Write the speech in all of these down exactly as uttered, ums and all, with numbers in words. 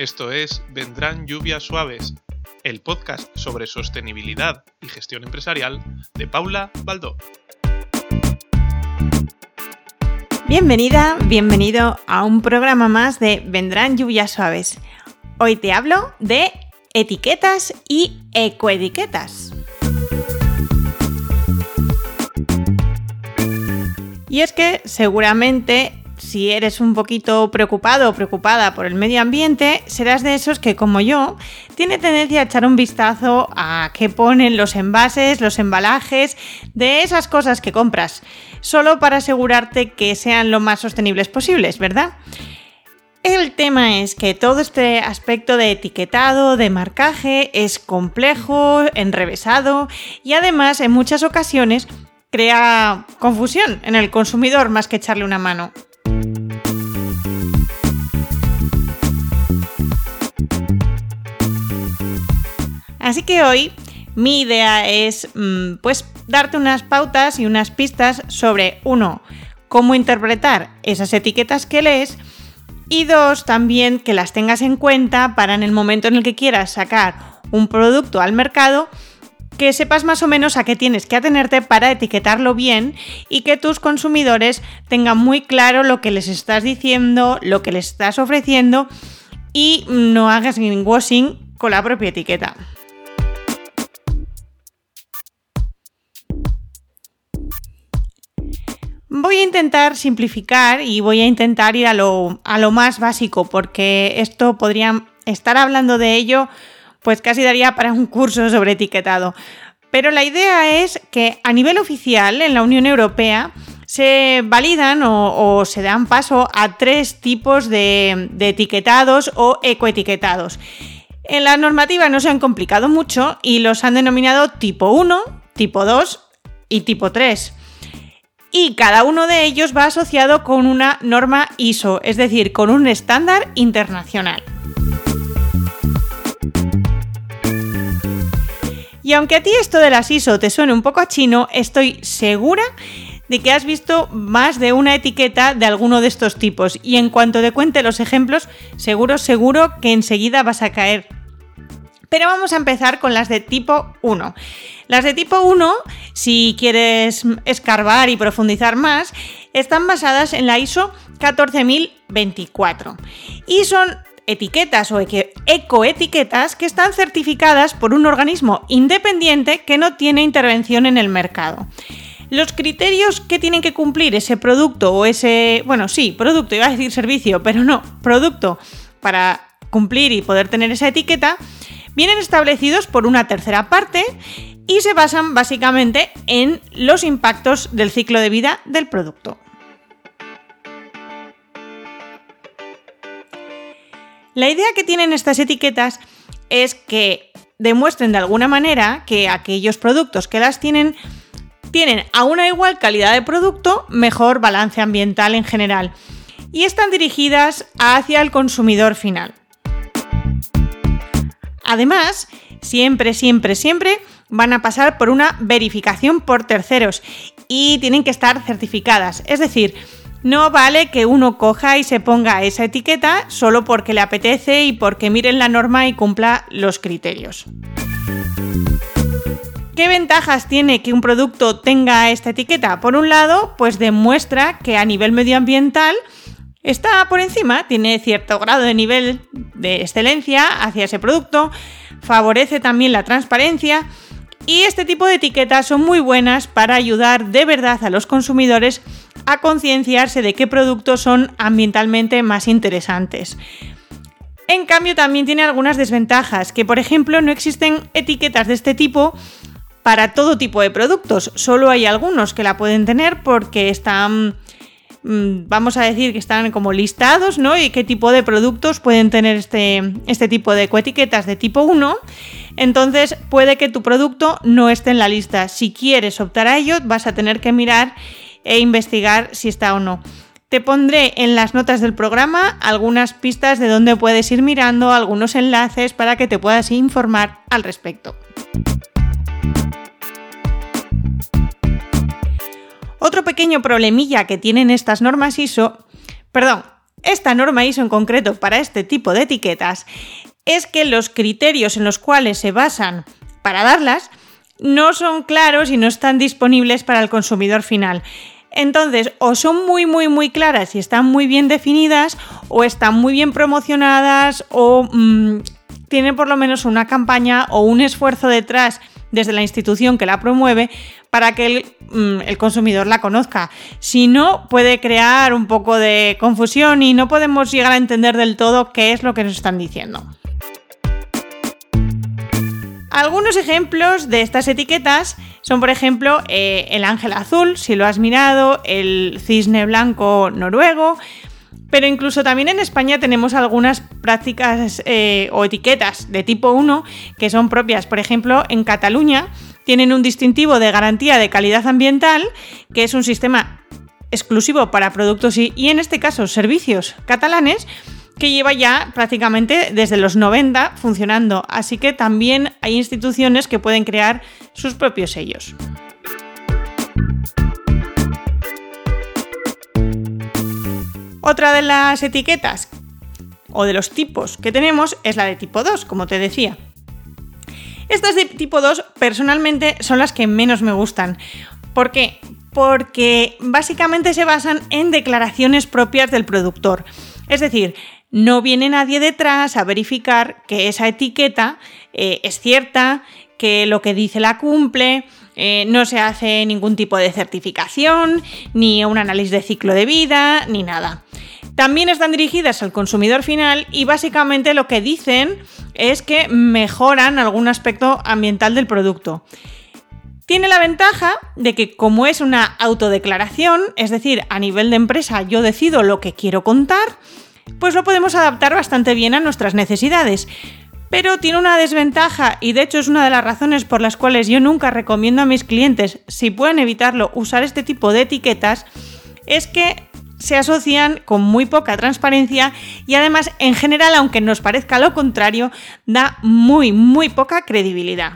Esto es Vendrán lluvias suaves, el podcast sobre sostenibilidad y gestión empresarial de Paula Baldó. Bienvenida, bienvenido a un programa más de Vendrán lluvias suaves. Hoy te hablo de etiquetas y ecoetiquetas. Y es que seguramente si eres un poquito preocupado o preocupada por el medio ambiente, serás de esos que, como yo, tiene tendencia a echar un vistazo a qué ponen los envases, los embalajes de esas cosas que compras, solo para asegurarte que sean lo más sostenibles posibles, ¿verdad? El tema es que todo este aspecto de etiquetado, de marcaje, es complejo, enrevesado y además en muchas ocasiones crea confusión en el consumidor más que echarle una mano. Así que hoy mi idea es pues darte unas pautas y unas pistas sobre, uno, cómo interpretar esas etiquetas que lees y dos, también que las tengas en cuenta para en el momento en el que quieras sacar un producto al mercado, que sepas más o menos a qué tienes que atenerte para etiquetarlo bien y que tus consumidores tengan muy claro lo que les estás diciendo, lo que les estás ofreciendo y no hagas greenwashing con la propia etiqueta. Voy a intentar simplificar y voy a intentar ir a lo, a lo más básico, porque esto podría estar hablando de ello, pues casi daría para un curso sobre etiquetado. Pero la idea es que a nivel oficial en la Unión Europea se validan o, o se dan paso a tres tipos de, de etiquetados o ecoetiquetados. En la normativa no se han complicado mucho y los han denominado tipo uno, tipo dos y tipo tres. Y cada uno de ellos va asociado con una norma I S O, es decir, con un estándar internacional. Y aunque a ti esto de las I S O te suene un poco a chino, estoy segura de que has visto más de una etiqueta de alguno de estos tipos. Y en cuanto te cuente los ejemplos, seguro, seguro que enseguida vas a caer. Pero vamos a empezar con las de tipo uno. Las de tipo uno, si quieres escarbar y profundizar más, están basadas en la I S O catorce mil veinticuatro y son etiquetas o ecoetiquetas que están certificadas por un organismo independiente que no tiene intervención en el mercado. Los criterios que tienen que cumplir ese producto o ese, bueno, sí, producto, iba a decir servicio, pero no, producto, para cumplir y poder tener esa etiqueta, vienen establecidos por una tercera parte y se basan básicamente en los impactos del ciclo de vida del producto. La idea que tienen estas etiquetas es que demuestren de alguna manera que aquellos productos que las tienen tienen a una igual calidad de producto, mejor balance ambiental en general y están dirigidas hacia el consumidor final. Además, siempre, siempre, siempre van a pasar por una verificación por terceros y tienen que estar certificadas. Es decir, no vale que uno coja y se ponga esa etiqueta solo porque le apetece y porque miren la norma y cumpla los criterios. ¿Qué ventajas tiene que un producto tenga esta etiqueta? Por un lado, pues demuestra que a nivel medioambiental está por encima, tiene cierto grado de nivel de excelencia hacia ese producto, favorece también la transparencia y este tipo de etiquetas son muy buenas para ayudar de verdad a los consumidores a concienciarse de qué productos son ambientalmente más interesantes. En cambio, también tiene algunas desventajas, que por ejemplo no existen etiquetas de este tipo para todo tipo de productos, solo hay algunos que la pueden tener porque están, vamos a decir que están como listados, ¿no? Y qué tipo de productos pueden tener este, este tipo de ecoetiquetas de tipo uno. Entonces puede que tu producto no esté en la lista. Si quieres optar a ello, vas a tener que mirar e investigar si está o no. Te pondré en las notas del programa algunas pistas de dónde puedes ir mirando, algunos enlaces para que te puedas informar al respecto. Otro pequeño problemilla que tienen estas normas I S O, perdón, esta norma I S O en concreto para este tipo de etiquetas es que los criterios en los cuales se basan para darlas no son claros y no están disponibles para el consumidor final. Entonces, o son muy, muy, muy claras y están muy bien definidas, o están muy bien promocionadas, o mmm, tienen por lo menos una campaña o un esfuerzo detrás desde la institución que la promueve para que el, mmm, el consumidor la conozca. Si no, puede crear un poco de confusión y no podemos llegar a entender del todo qué es lo que nos están diciendo. Algunos ejemplos de estas etiquetas son, por ejemplo, eh, el ángel azul, si lo has mirado, el cisne blanco noruego, pero incluso también en España tenemos algunas prácticas eh, o etiquetas de tipo uno que son propias. Por ejemplo, en Cataluña tienen un distintivo de garantía de calidad ambiental, que es un sistema exclusivo para productos y, y en este caso, servicios catalanes, que lleva ya prácticamente desde los noventa funcionando, así que también hay instituciones que pueden crear sus propios sellos. Otra de las etiquetas o de los tipos que tenemos es la de tipo dos, como te decía. Estas de tipo dos personalmente son las que menos me gustan. ¿Por qué? Porque básicamente se basan en declaraciones propias del productor. Es decir, no viene nadie detrás a verificar que esa etiqueta eh, es cierta, que lo que dice la cumple, eh, no se hace ningún tipo de certificación, ni un análisis de ciclo de vida, ni nada. También están dirigidas al consumidor final y básicamente lo que dicen es que mejoran algún aspecto ambiental del producto. Tiene la ventaja de que como es una autodeclaración, es decir, a nivel de empresa yo decido lo que quiero contar, pues lo podemos adaptar bastante bien a nuestras necesidades. Pero tiene una desventaja y de hecho es una de las razones por las cuales yo nunca recomiendo a mis clientes, si pueden evitarlo, usar este tipo de etiquetas, es que se asocian con muy poca transparencia y además en general, aunque nos parezca lo contrario, da muy muy poca credibilidad.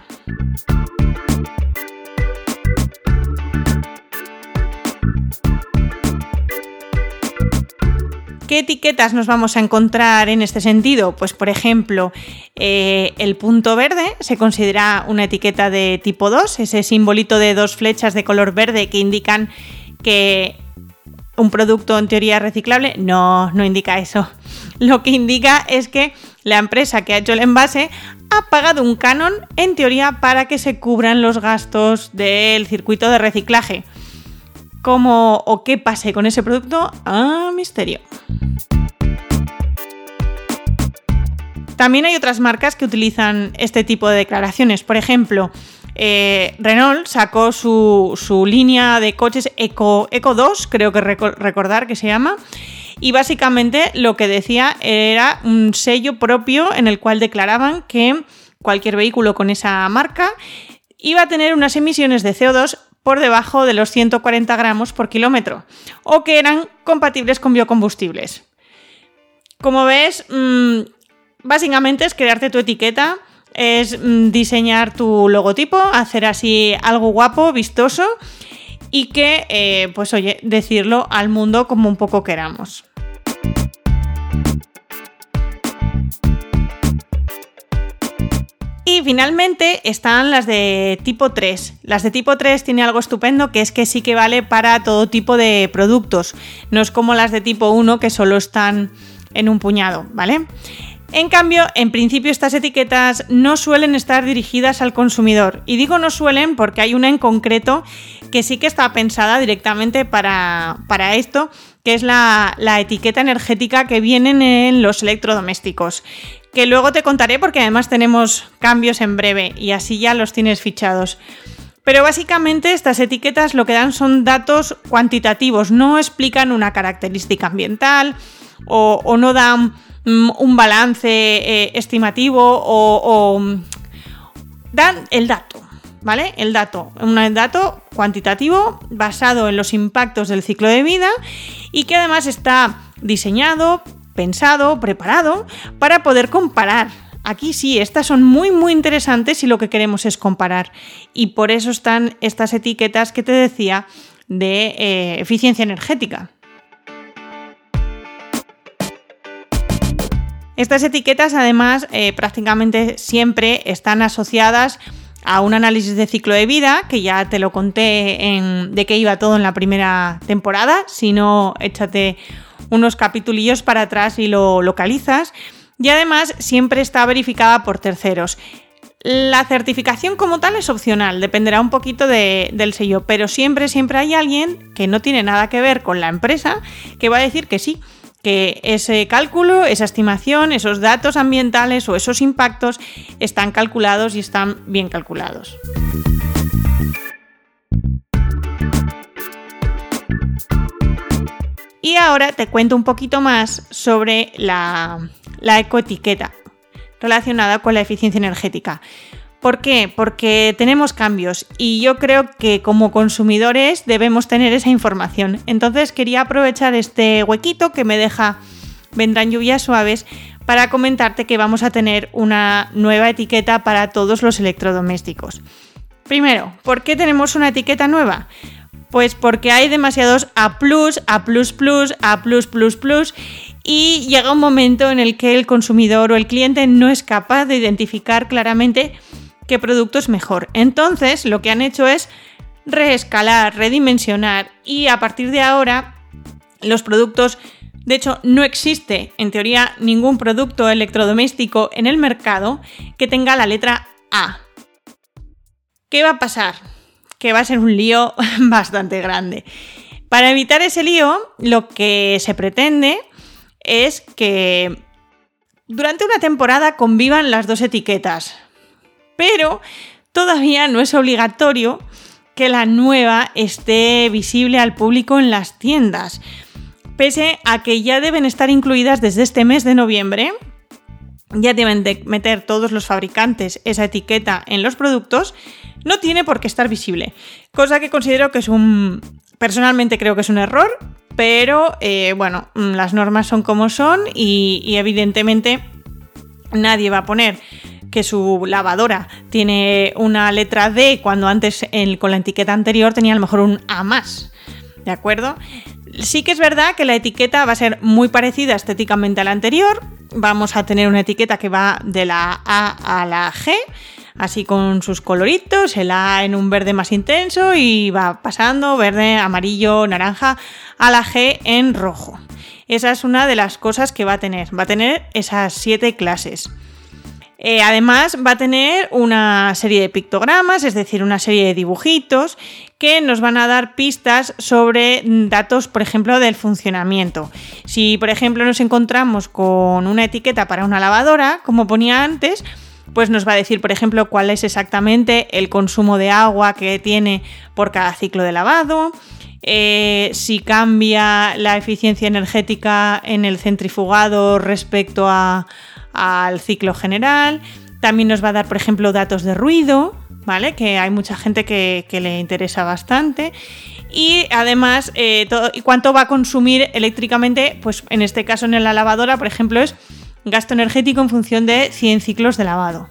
¿Qué etiquetas nos vamos a encontrar en este sentido? Pues, por ejemplo, eh, el punto verde se considera una etiqueta de tipo dos, ese simbolito de dos flechas de color verde que indican que un producto en teoría es reciclable. No, no indica eso. Lo que indica es que la empresa que ha hecho el envase ha pagado un canon, en teoría, para que se cubran los gastos del circuito de reciclaje. ¿Cómo o qué pase con ese producto? ¡Ah, misterio! También hay otras marcas que utilizan este tipo de declaraciones. Por ejemplo, eh, Renault sacó su, su línea de coches Eco, Eco dos, creo que reco- recordar que se llama, y básicamente lo que decía era un sello propio en el cual declaraban que cualquier vehículo con esa marca iba a tener unas emisiones de C O dos por debajo de los ciento cuarenta gramos por kilómetro, o que eran compatibles con biocombustibles. Como ves, mmm, básicamente es crearte tu etiqueta, es mmm, diseñar tu logotipo, hacer así algo guapo, vistoso, y que, eh, pues oye, decirlo al mundo como un poco queramos. Y finalmente están las de tipo tres. Las de tipo tres tiene algo estupendo, que es que sí que vale para todo tipo de productos. No es como las de tipo uno que solo están en un puñado, ¿vale? En cambio, en principio estas etiquetas no suelen estar dirigidas al consumidor. Y digo no suelen porque hay una en concreto que sí que está pensada directamente para, para esto, que es la, la etiqueta energética que vienen en los electrodomésticos. Que luego te contaré porque además tenemos cambios en breve y así ya los tienes fichados. Pero básicamente estas etiquetas lo que dan son datos cuantitativos, no explican una característica ambiental o, o no dan mm, un balance eh, estimativo o, o dan el dato, ¿vale? El dato, un dato cuantitativo basado en los impactos del ciclo de vida y que además está diseñado, pensado, preparado para poder comparar. Aquí sí, estas son muy muy interesantes y lo que queremos es comparar. Y por eso están estas etiquetas que te decía de eh, eficiencia energética. Estas etiquetas, además, eh, prácticamente siempre están asociadas a un análisis de ciclo de vida, que ya te lo conté en, de qué iba todo en la primera temporada. Si no, échate unos capitulillos para atrás y lo localizas. Y además siempre está verificada por terceros. La certificación como tal es opcional, dependerá un poquito de, del sello, pero siempre, siempre hay alguien que no tiene nada que ver con la empresa que va a decir que sí, que ese cálculo, esa estimación, esos datos ambientales o esos impactos están calculados y están bien calculados. Y ahora te cuento un poquito más sobre la, la ecoetiqueta relacionada con la eficiencia energética. ¿Por qué? Porque tenemos cambios y yo creo que como consumidores debemos tener esa información. Entonces quería aprovechar este huequito que me deja Vendrán Lluvias Suaves para comentarte que vamos a tener una nueva etiqueta para todos los electrodomésticos. Primero, ¿por qué tenemos una etiqueta nueva? Pues porque hay demasiados A plus, A plus plus, A plus plus plus y llega un momento en el que el consumidor o el cliente no es capaz de identificar claramente qué producto es mejor. Entonces, lo que han hecho es reescalar, redimensionar y a partir de ahora los productos, de hecho, no existe en teoría ningún producto electrodoméstico en el mercado que tenga la letra A. ¿Qué va a pasar? Que va a ser un lío bastante grande. Para evitar ese lío, lo que se pretende es que durante una temporada convivan las dos etiquetas, pero todavía no es obligatorio que la nueva esté visible al público en las tiendas, pese a que ya deben estar incluidas desde este mes de noviembre. Ya deben de meter todos los fabricantes esa etiqueta en los productos, no tiene por qué estar visible, cosa que considero que es un... Personalmente creo que es un error, pero eh, bueno, las normas son como son y, y evidentemente nadie va a poner que su lavadora tiene una letra D cuando antes en, con la etiqueta anterior tenía a lo mejor un A más, ¿de acuerdo? Sí que es verdad que la etiqueta va a ser muy parecida estéticamente a la anterior. Vamos a tener una etiqueta que va de la A a la G, así con sus coloritos, el A en un verde más intenso y va pasando verde, amarillo, naranja, a la G en rojo. Esa es una de las cosas que va a tener. Va a tener esas siete clases. Eh, además va a tener una serie de pictogramas, es decir, una serie de dibujitos que nos van a dar pistas sobre datos, por ejemplo, del funcionamiento. Si, por ejemplo, nos encontramos con una etiqueta para una lavadora, como ponía antes, pues nos va a decir, por ejemplo, cuál es exactamente el consumo de agua que tiene por cada ciclo de lavado, eh, si cambia la eficiencia energética en el centrifugado respecto a al ciclo general. También nos va a dar, por ejemplo, datos de ruido, ¿vale? Que hay mucha gente que, que le interesa bastante. Y además, eh, todo, y cuánto va a consumir eléctricamente, pues en este caso en la lavadora, por ejemplo, es gasto energético en función de cien ciclos de lavado.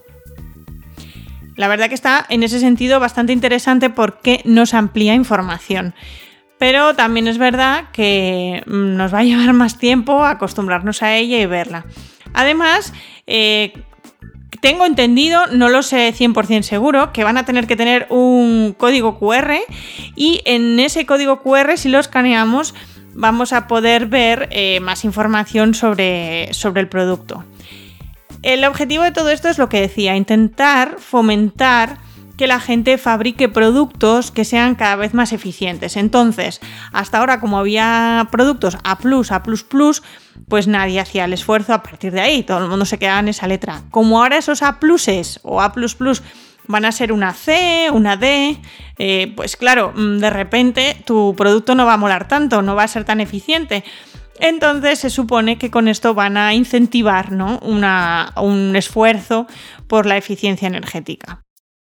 La verdad que está en ese sentido bastante interesante porque nos amplía información. Pero también es verdad que nos va a llevar más tiempo acostumbrarnos a ella y verla. Además, eh, tengo entendido, no lo sé cien por ciento seguro, que van a tener que tener un código cu erre y en ese código cu erre, si lo escaneamos, vamos a poder ver eh, más información sobre, sobre el producto. El objetivo de todo esto es lo que decía, intentar fomentar que la gente fabrique productos que sean cada vez más eficientes. Entonces, hasta ahora, como había productos A plus, A plus plus, pues nadie hacía el esfuerzo a partir de ahí, todo el mundo se quedaba en esa letra. Como ahora esos A pluses o A plus plus van a ser una C, una D, eh, pues claro, de repente tu producto no va a molar tanto, no va a ser tan eficiente. Entonces se supone que con esto van a incentivar, ¿no? Una, un esfuerzo por la eficiencia energética.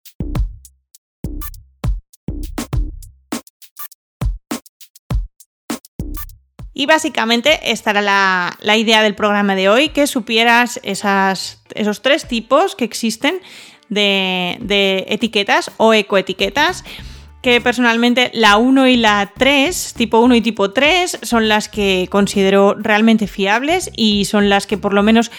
Y básicamente esta era la, la idea del programa de hoy, que supieras esas, esos tres tipos que existen de, de etiquetas o ecoetiquetas, que personalmente la uno y la tres, tipo uno y tipo tres, son las que considero realmente fiables y son las que por lo menos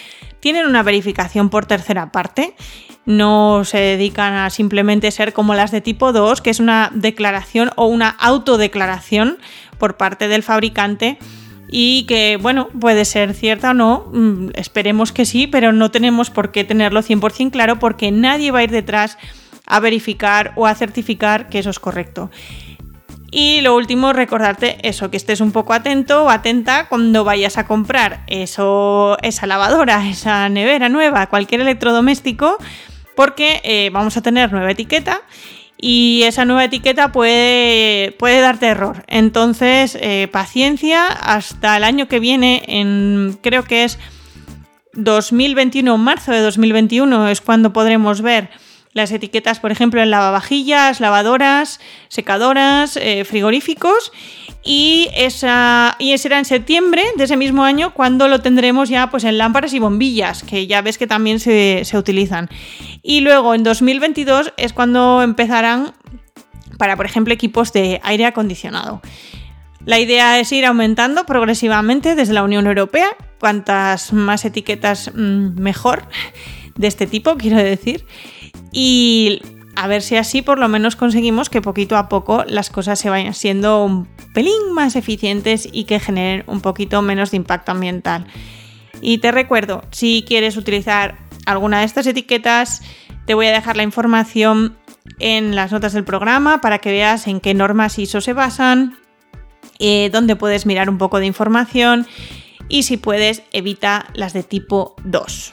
tienen una verificación por tercera parte. No se dedican a simplemente ser como las de tipo dos, que es una declaración o una autodeclaración por parte del fabricante y que, bueno, puede ser cierta o no, mm, esperemos que sí, pero no tenemos por qué tenerlo cien por ciento claro porque nadie va a ir detrás a verificar o a certificar que eso es correcto. Y lo último, recordarte eso, que estés un poco atento o atenta cuando vayas a comprar eso, esa lavadora, esa nevera nueva, cualquier electrodoméstico, porque eh, vamos a tener nueva etiqueta y esa nueva etiqueta puede, puede darte error. Entonces, eh, paciencia hasta el año que viene, en, creo que es dos mil veintiuno, marzo de dos mil veintiuno, es cuando podremos ver las etiquetas, por ejemplo, en lavavajillas, lavadoras, secadoras, eh, frigoríficos, y esa y será en septiembre de ese mismo año cuando lo tendremos ya pues en lámparas y bombillas, que ya ves que también se, se utilizan. Y luego en dos mil veintidós es cuando empezarán para, por ejemplo, equipos de aire acondicionado. La idea es ir aumentando progresivamente desde la Unión Europea, cuantas más etiquetas mmm, mejor de este tipo, quiero decir. Y a ver si así por lo menos conseguimos que poquito a poco las cosas se vayan siendo un pelín más eficientes y que generen un poquito menos de impacto ambiental. Y te recuerdo, si quieres utilizar alguna de estas etiquetas, te voy a dejar la información en las notas del programa para que veas en qué normas I S O se basan, eh, dónde puedes mirar un poco de información y si puedes evita las de tipo dos.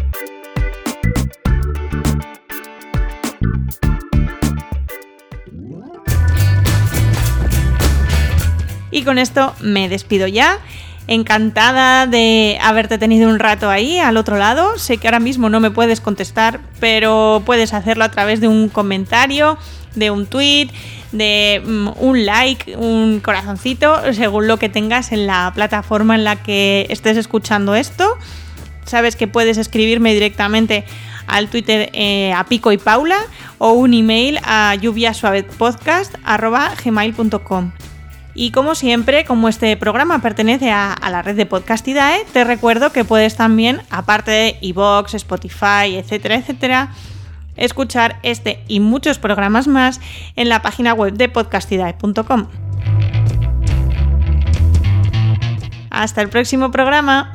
Y con esto me despido ya. Encantada de haberte tenido un rato ahí al otro lado. Sé que ahora mismo no me puedes contestar, pero puedes hacerlo a través de un comentario, de un tweet, de um, un like, un corazoncito, según lo que tengas en la plataforma en la que estés escuchando esto. Sabes que puedes escribirme directamente al Twitter eh, a Pico y Paula o un email a lluviasuavezpodcast arroba gmail punto com. Y como siempre, como este programa pertenece a, a la red de Podcastidae, te recuerdo que puedes también, aparte de iVoox, Spotify, etcétera, etcétera, escuchar este y muchos programas más en la página web de podcastidae punto com. Hasta el próximo programa.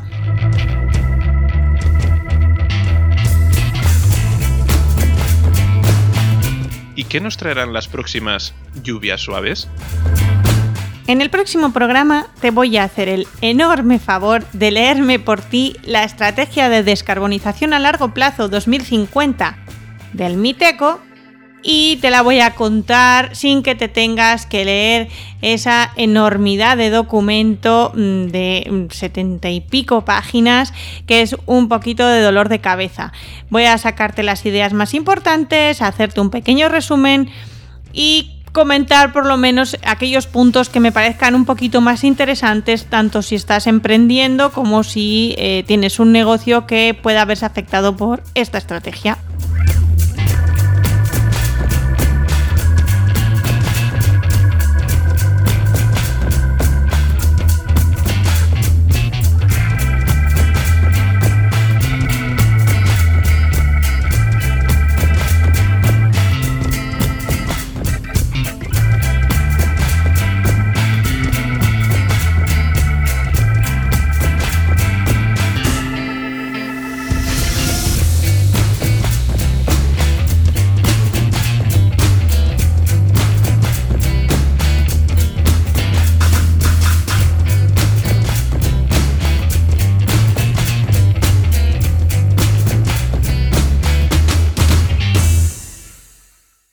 ¿Y qué nos traerán las próximas lluvias suaves? En el próximo programa te voy a hacer el enorme favor de leerme por ti la Estrategia de Descarbonización a Largo Plazo dos mil cincuenta del MITECO y te la voy a contar sin que te tengas que leer esa enormidad de documento de setenta y pico páginas que es un poquito de dolor de cabeza. Voy a sacarte las ideas más importantes, hacerte un pequeño resumen y comentar por lo menos aquellos puntos que me parezcan un poquito más interesantes, tanto si estás emprendiendo como si eh, tienes un negocio que pueda verse afectado por esta estrategia.